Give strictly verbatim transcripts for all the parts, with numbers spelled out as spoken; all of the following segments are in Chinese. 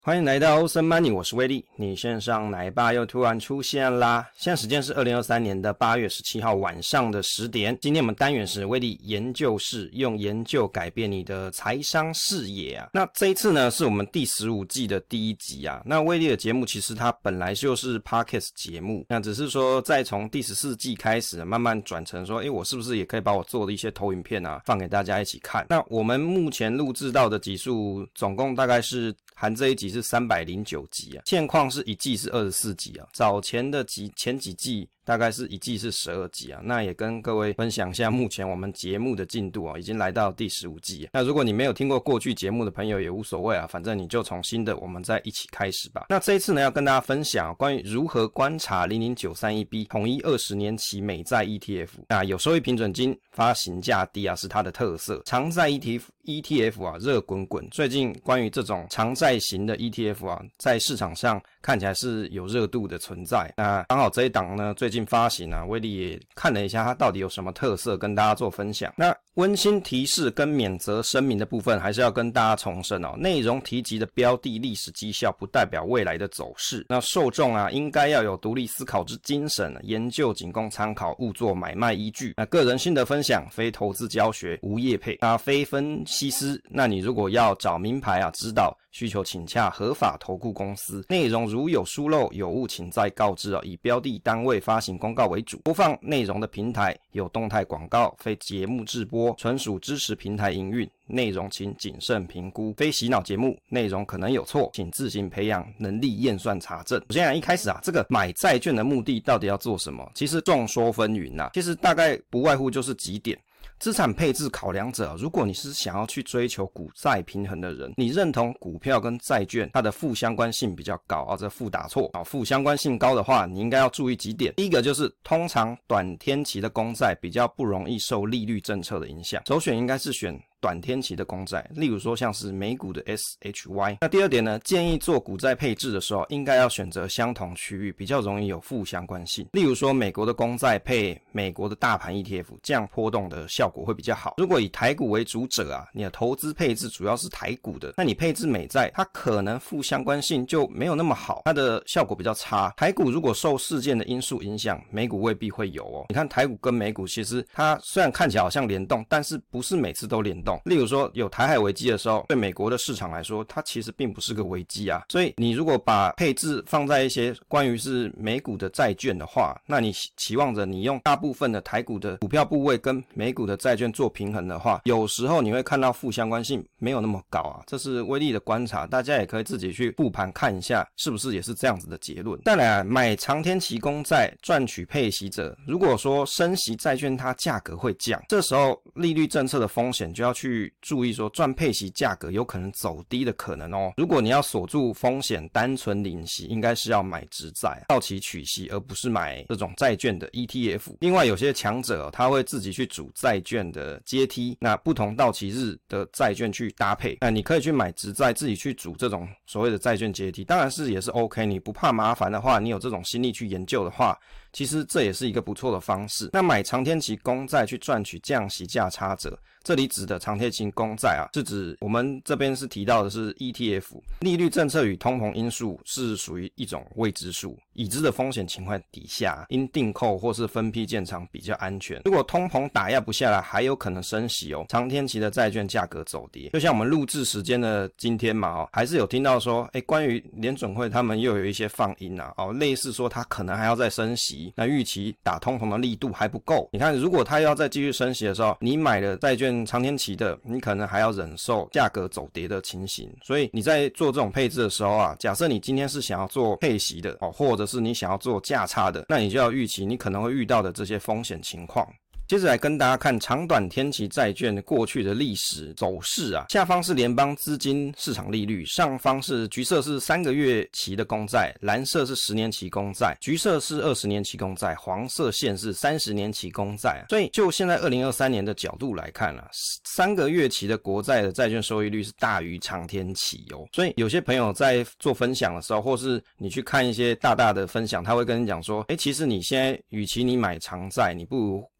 欢迎来到欧森 Money， 我是威利。你线上奶爸又突然出现啦！现在时间是二零二三年的八月十七号晚上的十点。今天我们单元是威利研究室，用研究改变你的财商视野啊。那这一次呢，是我们第十五季的第一集啊。那威利的节目其实它本来就是 Podcast 节目，那只是说再从第十四季开始慢慢转成说，诶，我是不是也可以把我做的一些投影片啊放给大家一起看？那我们目前录制到的集数总共大概是含这一集是三百零九集啊，现况是一季是二十四集啊，早前的集前几季大概是一季是十二集啊，那也跟各位分享一下目前我们节目的进度啊，已经来到第十五季。那如果你没有听过过去节目的朋友也无所谓啊，反正你就从新的我们再一起开始吧。那这一次呢，要跟大家分享关于如何观察零零九三一 B 统一二十年期美债 E T F， 那有收益平准金，发行价低啊，是它的特色。长债 E T F E T F 啊，热滚滚。最近关于这种长债型的 E T F 啊，在市场上看起来是有热度的存在。那刚好这一档呢，最近发行啊，威利也看了一下它到底有什么特色，跟大家做分享。那温馨提示跟免责声明的部分，还是要跟大家重申哦，内容提及的标的历史绩效不代表未来的走势。那受众啊，应该要有独立思考之精神，研究仅供参考，勿做买卖依据。那个人心得分享，非投资教学，无业配啊，非分析师。那你如果要找名牌啊指导，需求请洽合法投顾公司。内容如有疏漏有误，请再告知哦。以标的单位发行公告为主，播放内容的平台有动态广告，非节目制播，纯属支持平台营运。内容请谨慎评估，非洗脑节目，内容可能有错，请自行培养能力验算查证。我现在一开始啊，这个买债券的目的到底要做什么？其实众说纷纭啊，其实大概不外乎就是几点。资产配置考量者，如果你是想要去追求股债平衡的人，你认同股票跟债券它的负相关性比较高啊，这负打错啊，负相关性高的话，你应该要注意几点。第一个就是通常短天期的公债比较不容易受利率政策的影响，首选应该是选短天期的公债，例如说像是美股的 S H Y。 那第二点呢，建议做股债配置的时候应该要选择相同区域，比较容易有负相关性，例如说美国的公债配美国的大盘 E T F， 这样波动的效果会比较好。如果以台股为主者啊，你的投资配置主要是台股的，那你配置美债，它可能负相关性就没有那么好，它的效果比较差。台股如果受事件的因素影响，美股未必会有哦。你看台股跟美股其实它虽然看起来好像联动，但是不是每次都联动。例如说有台海危机的时候，对美国的市场来说，它其实并不是个危机啊。所以你如果把配置放在一些关于是美股的债券的话，那你期望着你用大部分的台股的股票部位跟美股的债券做平衡的话，有时候你会看到负相关性没有那么高啊。这是威力的观察，大家也可以自己去复盘看一下，是不是也是这样子的结论。再来啊，买长天期公债赚取配息者，如果说升息债券它价格会降，这时候利率政策的风险就要去注意说赚配息价格有可能走低的可能哦。如果你要锁住风险单纯领息，应该是要买直债到期取息，而不是买这种债券的 E T F。 另外有些强者、哦、他会自己去组债券的阶梯，那不同到期日的债券去搭配，那你可以去买直债自己去组这种所谓的债券阶梯，当然是也是 OK， 你不怕麻烦的话，你有这种心力去研究的话，其实这也是一个不错的方式。那买长天期公债去赚取降息价差者，这里指的长天期公债啊，是指我们这边是提到的是 E T F。 利率政策与通膨因素是属于一种未知数，已知的风险情况底下，因订购或是分批建仓比较安全。如果通膨打压不下来，还有可能升息哦，长天期的债券价格走跌。就像我们录制时间的今天嘛哦，还是有听到说诶关于联准会他们又有一些放音啊哦，类似说他可能还要再升息，那预期打通膨的力度还不够。你看如果他要再继续升息的时候，你买了债券长天期的，你可能还要忍受价格走跌的情形。所以你在做这种配置的时候啊，假设你今天是想要做配息的哦，或者是你想要做价差的，那你就要预期你可能会遇到的这些风险情况。接着来跟大家看长短天期债券过去的历史走势啊，下方是联邦资金市场利率，上方是橘色是三个月期的公债，蓝色是十年期公债，橘色是二十年期公债，黄色线是三十年期公债、啊、所以就现在二零二三年的角度来看啊，三个月期的国债的债券收益率是大于长天期哦。所以有些朋友在做分享的时候，或是你去看一些大大的分享，他会跟你讲说诶其实你现在与其你买长债，你不如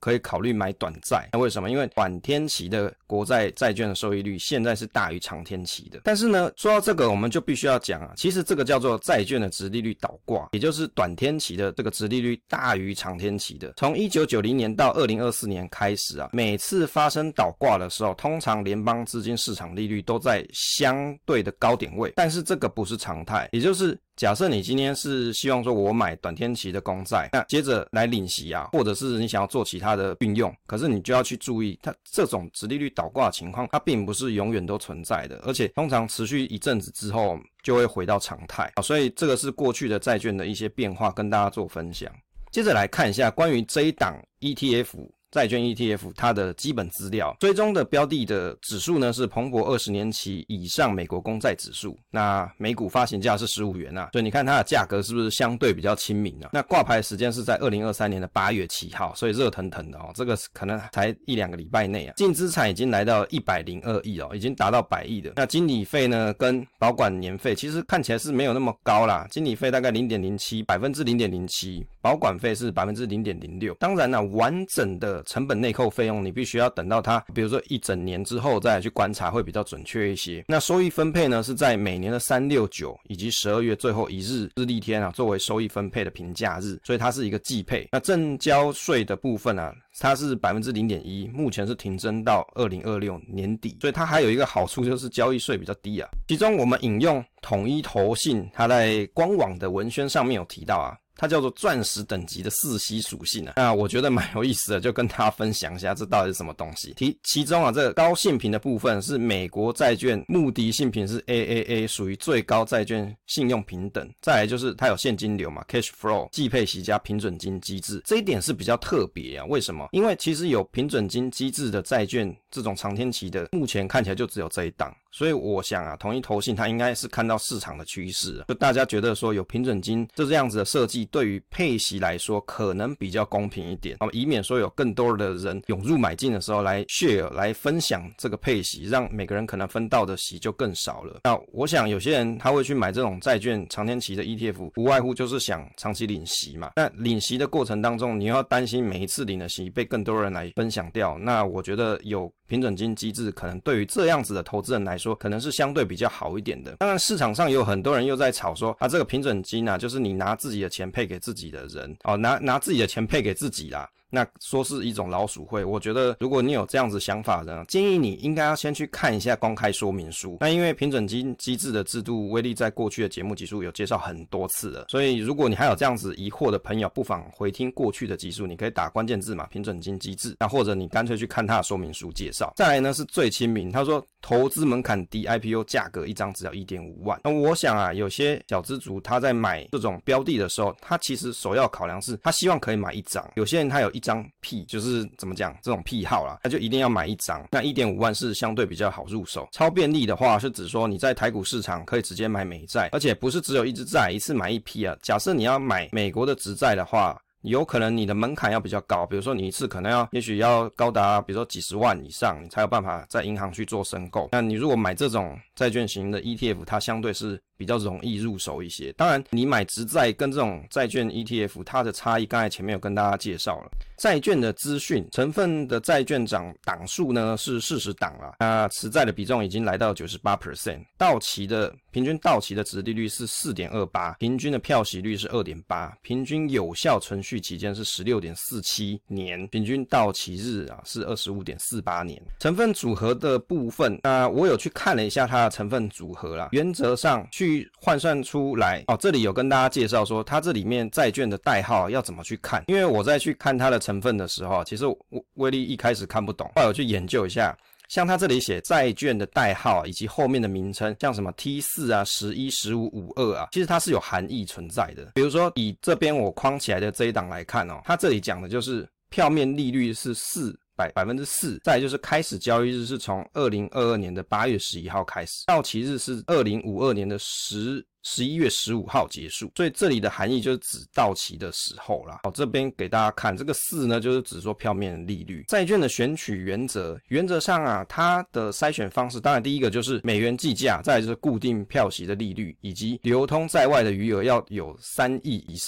可以考虑买短债。那为什么？因为短天期的国债债券的收益率现在是大于长天期的。但是呢，说到这个我们就必须要讲啊，其实这个叫做债券的殖利率倒挂，也就是短天期的这个殖利率大于长天期的。从一九九零年到二零二四年开始啊，每次发生倒挂的时候，通常联邦资金市场利率都在相对的高点位，但是这个不是常态，也就是假设你今天是希望说我买短天期的公债，那接着来领息啊，或者是你想要做其他的运用，可是你就要去注意，它这种殖利率倒挂的情况，它并不是永远都存在的，而且通常持续一阵子之后就会回到常态。所以这个是过去的债券的一些变化，跟大家做分享。接着来看一下关于这一档 E T F。债券 E T F 它的基本资料，追踪的标的的指数呢是彭博二十年期以上美国公债指数，那每股发行价是十五元啊，所以你看它的价格是不是相对比较亲民啊？那挂牌时间是在二零二三年的八月七号，所以热腾腾的哦，这个可能才一两个礼拜内啊，净资产已经来到一百零二亿哦，已经达到百亿的。那经理费呢跟保管年费其实看起来是没有那么高啦，经理费大概 零点零七 百分之零点零七，保管费是 百分之零点零六。当然啦，完整的成本内扣费用你必须要等到它比如说一整年之后再来去观察会比较准确一些。那收益分配呢是在每年的三六九以及十二月最后一日日历天啊作为收益分配的评价日，所以它是一个季配。那正交税的部分啊它是 百分之零点一， 目前是停征到二零二六年底，所以它还有一个好处就是交易税比较低啊。其中我们引用统一投信它在官网的文宣上面有提到啊，它叫做钻石等级的四 C 属性啊，那我觉得蛮有意思的，就跟大家分享一下这到底是什么东西。其其中啊，这个高信评的部分是美国债券穆迪信评是 A A A， 属于最高债券信用平等。再来就是它有现金流嘛 ，cash flow， 季配息加平准金机制，这一点是比较特别啊。为什么？因为其实有平准金机制的债券，这种长天期的，目前看起来就只有这一档。所以我想啊，统一投信它应该是看到市场的趋势，就大家觉得说有平准金就这样子的设计，对于配息来说可能比较公平一点，以免说有更多的人涌入买进的时候来 share 来分享这个配息，让每个人可能分到的息就更少了。那我想有些人他会去买这种债券长天期的 E T F， 无外乎就是想长期领息嘛。那领息的过程当中，你要担心每一次领的息被更多人来分享掉，那我觉得有平准金机制可能对于这样子的投资人来说可能是相对比较好一点的。当然市场上有很多人又在吵说啊，这个平准金啊就是你拿自己的钱配给自己的人哦，拿拿自己的钱配给自己啦，那说是一种老鼠会。我觉得如果你有这样子想法的，建议你应该要先去看一下公开说明书。那因为平准金机制的制度，威力在过去的节目集数有介绍很多次了，所以如果你还有这样子疑惑的朋友，不妨回听过去的集数，你可以打关键字嘛，平准金机制，那或者你干脆去看它的说明书介绍。再来呢是最亲民，他说投资门槛低 I P O 价格一张只要 一点五万。那我想啊，有些小资族他在买这种标的的时候，他其实首要考量是他希望可以买一张，有些人他有一张癖，就是怎么讲这种癖好啦，他就一定要买一张。那 一点五万是相对比较好入手。超便利的话是指说你在台股市场可以直接买美债，而且不是只有一支债一次买一批啊。假设你要买美国的直债的话，有可能你的门槛要比较高，比如说你一次可能要也许要高达比如说几十万以上，你才有办法在银行去做申购。那你如果买这种债券型的 E T F， 它相对是比较容易入手一些。当然你买直债跟这种债券 E T F 它的差异刚才前面有跟大家介绍了。债券的资讯，成分的债券涨档数呢是四十档啦，那持债的比重已经来到 百分之九十八， 到期的平均到期的殖利率是 四点二八， 平均的票息率是 二点八， 平均有效存续期间是 十六点四七年，平均到期日啊是 二十五点四八年。成分组合的部分，那我有去看了一下它的成分组合啦，原则上去换算出来哦，这里有跟大家介绍说它这里面债券的代号要怎么去看。因为我在去看它的成分的时候，其实威力一开始看不懂，后来我去研究一下，像它这里写债券的代号以及后面的名称，像什么 T 四 啊、十一、十五、五二啊，其实它是有含义存在的。比如说以这边我框起来的这一档来看哦，它这里讲的就是票面利率是四百分之四，再来就是开始交易日是从二零二二年的八月十一号开始，到期日是二零五二年的十十一月十五号结束，所以这里的含义就是指到期的时候啦。好，这边给大家看这个四呢，就是指说票面利率。债券的选取原则，原则上啊，它的筛选方式，当然第一个就是美元计价，再来就是固定票息的利率，以及流通在外的余额要有三亿以上。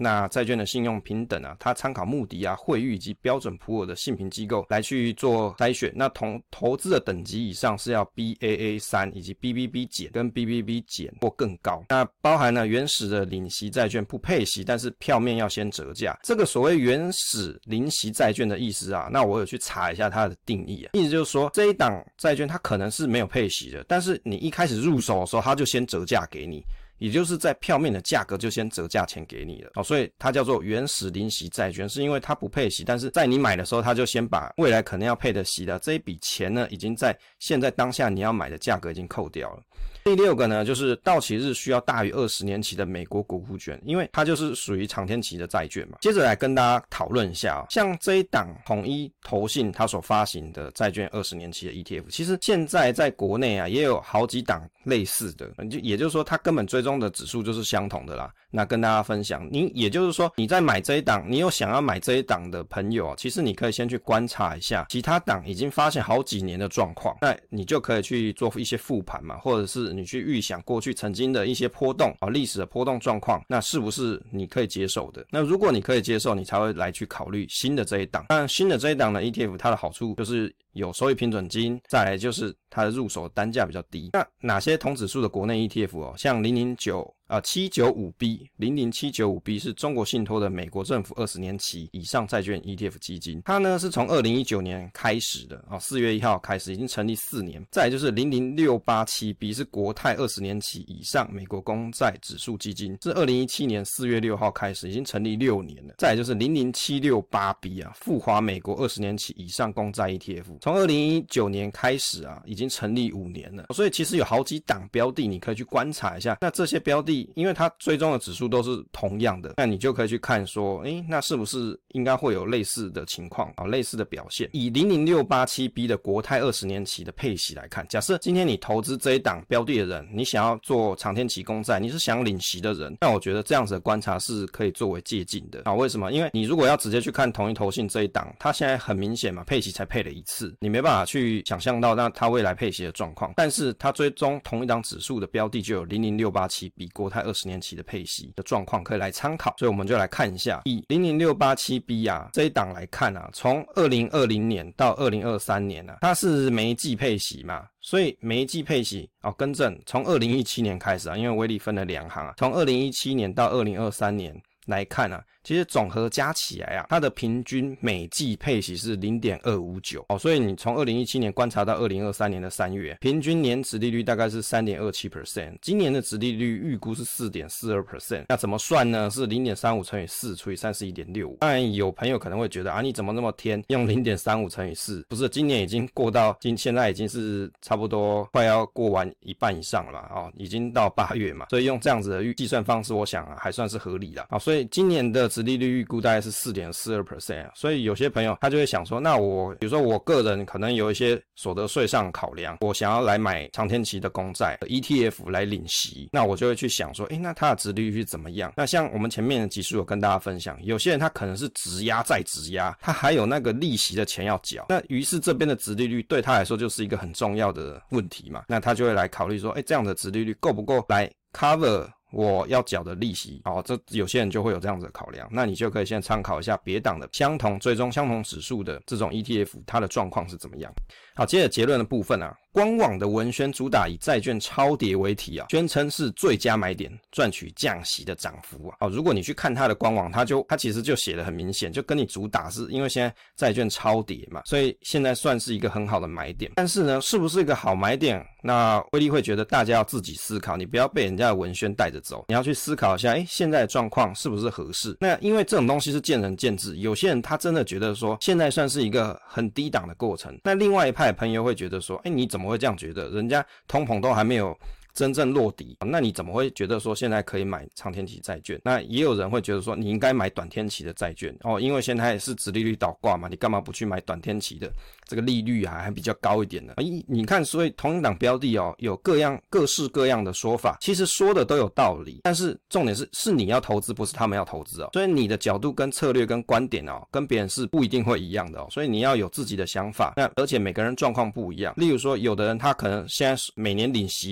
那债券的信用评等啊，它参考穆迪啊、惠誉以及标准普尔的信评机构来去做筛选。那同投资的等级以上是要 B A A 三 以及 B B B 减跟 B B B 减或更高。那包含了原始的领息债券不配息，但是票面要先折价。这个所谓原始领息债券的意思啊，那我有去查一下它的定义啊，意思就是说这一档债券它可能是没有配息的，但是你一开始入手的时候它就先折价给你，也就是在票面的价格就先折价钱给你了、哦、所以它叫做原始领息债券，是因为它不配息，但是在你买的时候它就先把未来可能要配的息的这一笔钱呢，已经在现在当下你要买的价格已经扣掉了。第六个呢，就是到期日需要大于二十年期的美国国库券，因为它就是属于长天期的债券嘛。接着来跟大家讨论一下、哦、像这一档统一投信它所发行的债券二十年期的 E T F， 其实现在在国内啊也有好几档类似的，就也就是说它根本追踪的指数就是相同的啦。那跟大家分享，你也就是说你在买这一档，你有想要买这一档的朋友，其实你可以先去观察一下其他档已经发现好几年的状况，那你就可以去做一些复盘嘛，或者是你去预想过去曾经的一些波动啊，历史的波动状况，那是不是你可以接受的？那如果你可以接受，你才会来去考虑新的这一档。当然新的这一档的 E T F 它的好处就是有收益平准金，再来就是它的入手单价比较低。那哪些同指数的国内 E T F 哦，像零零九啊 七九五 B 零零七九五 B 是中国信托的美国政府二十年期以上债券 E T F 基金，它呢是从二零一九年开始的啊，四月一号开始，已经成立四年。再来就是零零六八七 B 是国泰二十年期以上美国公债指数基金，是二零一七年四月六号开始，已经成立六年了。再来就是零零七六八 B 啊，富华美国二十年期以上公债 E T F， 从二零一九年开始啊，已经成立五年了。所以其实有好几档标的你可以去观察一下，那这些标的因为它追踪的指数都是同样的，那你就可以去看说诶，那是不是应该会有类似的情况、哦、类似的表现。以零零六八七 B 的国泰二十年期的配息来看，假设今天你投资这一档标的的人，你想要做长天期公债，你是想领息的人，那我觉得这样子的观察是可以作为借鉴的啊。为什么？因为你如果要直接去看统一投信这一档，它现在很明显嘛，配息才配了一次，你没办法去想象到那它未来配息的状况，但是它追踪同一档指数的标的就有零零六八七 B 国泰二十年期的配息的状况可以来参考，所以我们就来看一下，以零零六八七 B 啊这一档来看啊，从二零二零年到二零二三年啊，它是每一季配息嘛，所以每一季配息哦，更正，从二零一七年开始啊，因为威力分了两行啊，从二零一七年到二零二三年来看啊，其实总和加起来啊，它的平均每季配息是 零点二五九 哦，所以你从二零一七年观察到二零二三年的三月，平均年殖利率大概是 三点二七 percent， 今年的殖利率预估是 四点四二 percent， 那怎么算呢？是 零点三五乘以四除以 三十一点六五。 当然有朋友可能会觉得啊，你怎么那么天，用 零点三五乘以四，不是今年已经过到今现在已经是差不多快要过完一半以上了嘛，哦，已经到八月嘛，所以用这样子的计算方式，我想啊还算是合理的啊，所以今年的殖利率预估大概是 四点四二 percent， 所以有些朋友他就会想说，那我比如说我个人可能有一些所得税上考量，我想要来买长天期的公债 E T F 来领息，那我就会去想说，诶，那它的殖利率是怎么样？那像我们前面的集数有跟大家分享，有些人他可能是质押再质押，他还有那个利息的钱要缴，那于是这边的殖利率对他来说就是一个很重要的问题嘛，那他就会来考虑说，诶，这样的殖利率够不够来 cover我要缴的利息，哦，这有些人就会有这样子的考量，那你就可以先参考一下别档的相同追踪相同指数的这种 E T F， 它的状况是怎么样。好，接着结论的部分啊，官网的文宣主打以债券超跌为题啊，宣称是最佳买点，赚取降息的涨幅啊。哦，如果你去看它的官网，它就它其实就写得很明显，就跟你主打是因为现在债券超跌嘛，所以现在算是一个很好的买点。但是呢，是不是一个好买点？那威力会觉得大家要自己思考，你不要被人家的文宣带着走，你要去思考一下，诶，现在的状况是不是合适？那因为这种东西是见仁见智，有些人他真的觉得说现在算是一个很低档的过程，那另外一派的朋友会觉得说，诶，你怎么会这样觉得？人家通膨都还没有真正落底，那你怎么会觉得说现在可以买长天期债券？那也有人会觉得说你应该买短天期的债券哦，因为现在是殖利率倒挂嘛，你干嘛不去买短天期的？这个利率啊还比较高一点的。你看，所以同一档标的哦，有各样各式各样的说法，其实说的都有道理，但是重点是是你要投资，不是他们要投资哦。所以你的角度跟策略跟观点哦，跟别人是不一定会一样的哦。所以你要有自己的想法。那而且每个人状况不一样，例如说有的人他可能现在每年领息已经领太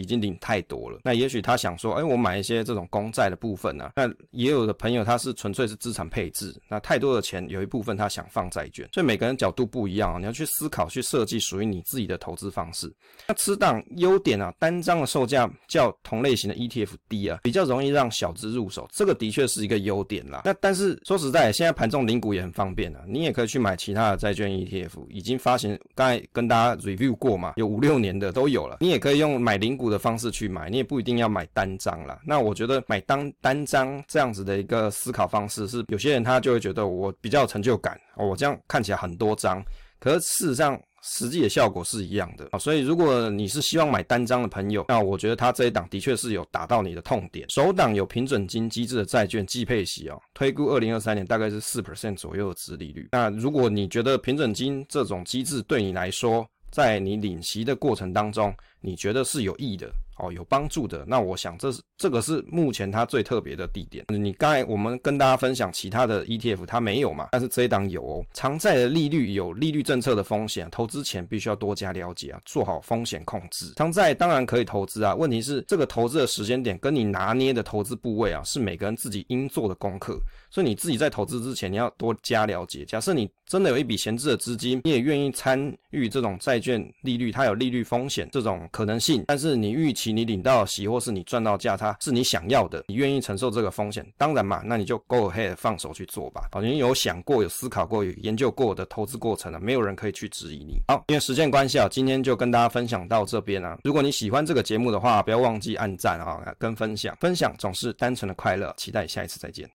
太多了。那也许他想说，哎，我买一些这种公债的部分啊，那也有的朋友他是纯粹是资产配置，那太多的钱有一部分他想放债券，所以每个人角度不一样啊，你要去思考去设计属于你自己的投资方式。那吃档优点啊，单张的售价较同类型的 E T F 低啊，比较容易让小资入手，这个的确是一个优点啦。那但是说实在，现在盘中零股也很方便啊，你也可以去买其他的债券 E T F， 已经发行，刚才跟大家 review 过嘛，有五六年的都有了，你也可以用买零股的方式去买，你也不一定要买单张啦。那我觉得买单单张这样子的一个思考方式，是有些人他就会觉得我比较有成就感，哦，我这样看起来很多张，可是事实上实际的效果是一样的，所以如果你是希望买单张的朋友，那我觉得他这一档的确是有打到你的痛点。首档有平准金机制的债券季配息哦，推估二零二三年大概是 百分之四 左右的殖利率。那如果你觉得平准金这种机制对你来说，在你领息的过程当中，你觉得是有益的哦，有帮助的，那我想这是这个是目前它最特别的地点。你刚才我们跟大家分享其他的 E T F 它没有嘛，但是这一档有哦。长债的利率有利率政策的风险，投资前必须要多加了解啊，做好风险控制。长债当然可以投资啊，问题是这个投资的时间点跟你拿捏的投资部位啊，是每个人自己应做的功课。所以你自己在投资之前，你要多加了解。假设你真的有一笔闲置的资金，你也愿意参与这种债券利率，它有利率风险这种可能性，但是你预期你领到息或是你赚到价，它是你想要的，你愿意承受这个风险，当然嘛，那你就 go ahead 放手去做吧。好，你有想过、有思考过、有研究过的投资过程啊，没有人可以去质疑你。好，因为时间关系啊，今天就跟大家分享到这边啊。如果你喜欢这个节目的话，不要忘记按赞啊跟分享，分享总是单纯的快乐。期待下一次再见。